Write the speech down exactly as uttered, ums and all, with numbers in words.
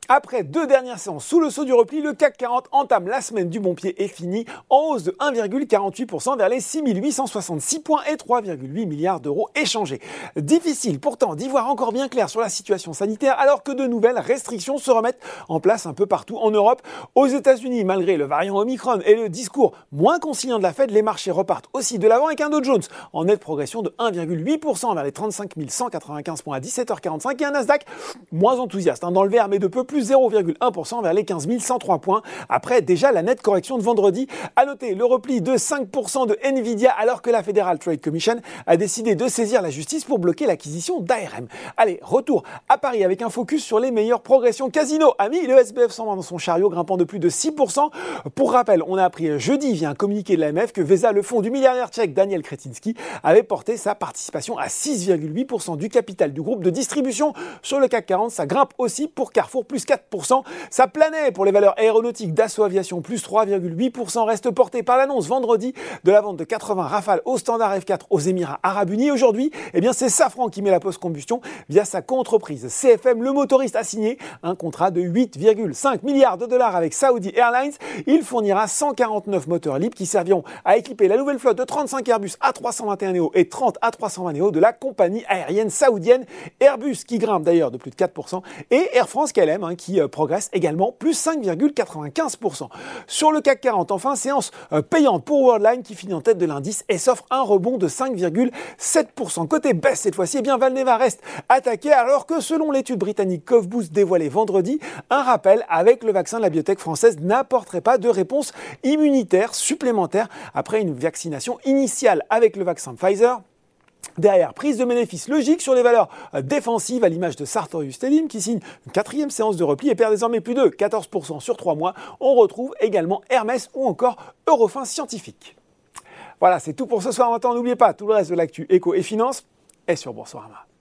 Après deux dernières séances sous le sceau du repli, le C A C quarante entame la semaine du bon pied et finit en hausse de un virgule quarante-huit pour cent vers les six mille huit cent soixante-six points et trois virgule huit milliards d'euros échangés. Difficile pourtant d'y voir encore bien clair sur la situation sanitaire alors que de nouvelles restrictions se remettent en place un peu partout en Europe. Aux États-Unis, malgré le variant Omicron et le discours moins conciliant de la Fed, les marchés repartent aussi de l'avant avec un Dow Jones en nette progression de un virgule huit pour cent vers les trente-cinq mille cent quatre-vingt-quinze points à dix-sept heures quarante-cinq et un Nasdaq moins enthousiaste hein, dans le vert mais de peu plus zéro virgule un pour cent vers les quinze mille cent trois points après déjà la nette correction de vendredi. À noter le repli de cinq pour cent de Nvidia alors que la Federal Trade Commission a décidé de saisir la justice pour bloquer l'acquisition d'A R M. Allez, retour à Paris avec un focus sur les meilleures progressions casino. Ami, le S B F cent vingt dans son chariot grimpant de plus de six pour cent. Pour rappel, on a appris jeudi via un communiqué de l'A M F que Vesa, le fonds du milliardaire tchèque Daniel Kretinsky, avait porté sa participation à six virgule huit pour cent du capital du groupe de distribution. Sur le C A C quarante, ça grimpe aussi pour Carrefour, plus quatre pour cent. Ça planait pour les valeurs aéronautiques. Dassault Aviation, plus trois virgule huit pour cent, reste porté par l'annonce vendredi de la vente de quatre-vingts Rafale au standard F quatre aux Émirats Arabes Unis. Aujourd'hui, eh bien, c'est Safran qui met la post-combustion via sa co-entreprise C F M. Le motoriste a signé un contrat de huit virgule cinq milliards de dollars avec Saudi Airlines. Il fournira cent quarante-neuf moteurs libres qui serviront à équiper la nouvelle flotte de trente-cinq Airbus A trois cent vingt et un Neo et trente A trois cent vingt Neo de la compagnie aérienne saoudienne. Airbus qui grimpe d'ailleurs de plus de quatre pour cent et Air France K L M hein, qui euh, progresse également plus cinq virgule quatre-vingt-quinze pour cent. Sur le C A C quarante, enfin, séance euh, payante pour Worldline qui finit en tête de l'indice et s'offre un rebond de cinq virgule sept pour cent. Côté baisse cette fois-ci, eh bien Valneva reste attaqué alors que selon l'étude britannique CovBoost dévoilée vendredi, un rappel avec le vaccin de la biotech française n'apporterait pas de réponse immunitaire supplémentaire après une vaccination initiale avec le vaccin Pfizer. Derrière, prise de bénéfices logique sur les valeurs défensives à l'image de Sartorius Stelim qui signe une quatrième séance de repli et perd désormais plus de quatorze pour cent sur trois mois. On retrouve également Hermès ou encore Eurofins Scientifique. Voilà, c'est tout pour ce soir. Maintenant, n'oubliez pas, tout le reste de l'actu éco et finance est sur Boursorama.